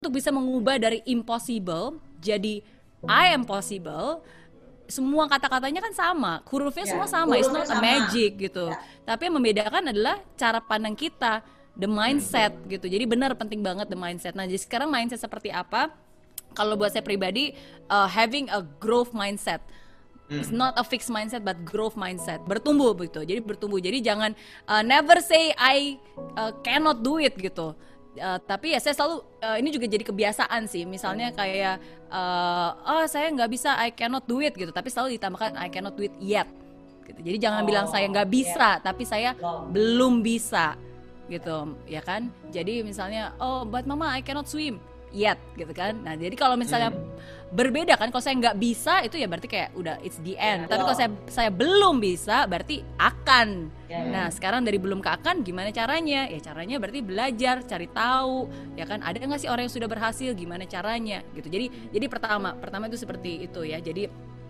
untuk bisa mengubah dari impossible jadi I am possible, semua kata-katanya kan sama, hurufnya semua sama, it's not a magic gitu. Tapi yang membedakan adalah cara pandang kita, the mindset gitu. Jadi benar penting banget the mindset. Nah, jadi sekarang mindset seperti apa? Kalau buat saya pribadi, having a growth mindset. It's not a fixed mindset but growth mindset. Bertumbuh begitu. Jadi bertumbuh. Jadi jangan never say I cannot do it gitu. Tapi ya saya selalu ini juga jadi kebiasaan sih. Misalnya kayak oh saya nggak bisa, I cannot do it gitu. Tapi selalu ditambahkan I cannot do it yet. Gitu. Jadi jangan bilang saya nggak bisa, tapi saya belum bisa gitu, ya kan? Jadi misalnya oh but mama I cannot swim yet gitu kan. Nah jadi kalau misalnya berbeda kan, kalau saya nggak bisa itu ya berarti kayak udah it's the end. Tapi kalau saya belum bisa berarti akan. Nah sekarang dari belum ke akan gimana caranya? Ya caranya berarti belajar, cari tahu, ya kan? Ada nggak sih orang yang sudah berhasil? Gimana caranya? Gitu. Jadi pertama itu seperti itu ya. Jadi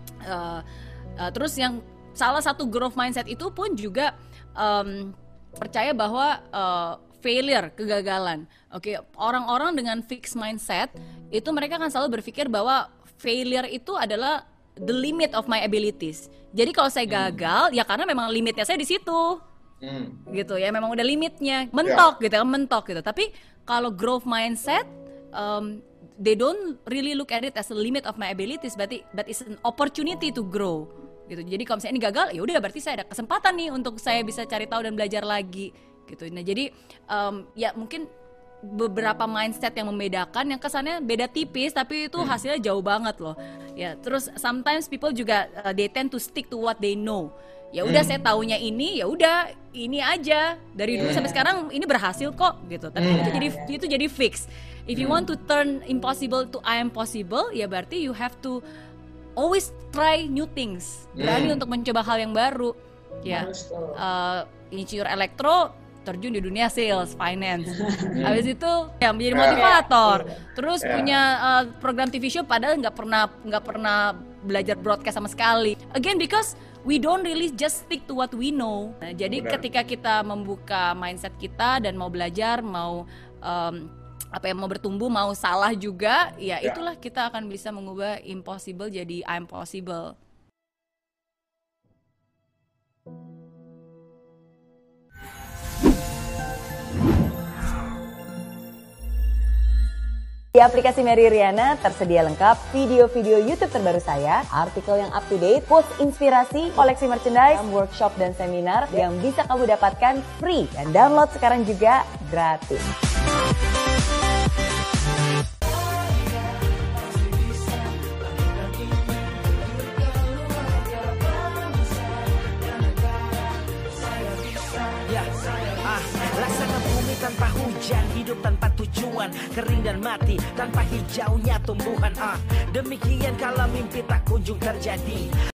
terus yang salah satu growth mindset itu pun juga percaya bahwa failure, kegagalan. Oke, orang-orang dengan fixed mindset itu mereka kan selalu berpikir bahwa failure itu adalah the limit of my abilities. Jadi kalau saya gagal ya karena memang limitnya saya di situ. Gitu ya, memang udah limitnya. Mentok gitu. Tapi kalau growth mindset they don't really look at it as a limit of my abilities, but it's an opportunity to grow. Gitu. Jadi kalau misalnya ini gagal, ya udah berarti saya ada kesempatan nih untuk saya bisa cari tahu dan belajar lagi gitu. Nah jadi ya mungkin beberapa mindset yang membedakan, yang kesannya beda tipis tapi itu hasilnya jauh banget loh. Ya terus sometimes people juga they tend to stick to what they know. Ya udah saya taunya ini, ya udah ini aja dari dulu sampai sekarang ini berhasil kok gitu. Tapi itu jadi fix. If you want to turn impossible to I am possible, ya berarti you have to always try new things, berani untuk mencoba hal yang baru. Ya, insinyur elektro terjun di dunia sales, finance. Habis itu ya menjadi motivator. Terus punya program TV show padahal nggak pernah belajar broadcast sama sekali. Again because we don't really just stick to what we know. Nah, jadi ketika kita membuka mindset kita dan mau belajar, mau mau bertumbuh, mau salah juga, ya itulah kita akan bisa mengubah impossible jadi I'm possible. Di aplikasi Mary Riana tersedia lengkap video-video YouTube terbaru saya, artikel yang up to date, post inspirasi, koleksi merchandise, workshop dan seminar yang bisa kamu dapatkan free dan download sekarang juga gratis. Laksana bumi tanpa hujan, hidup tanpa tujuan, kering dan mati tanpa hijaunya tumbuhan. Demikian kalau mimpi tak kunjung terjadi.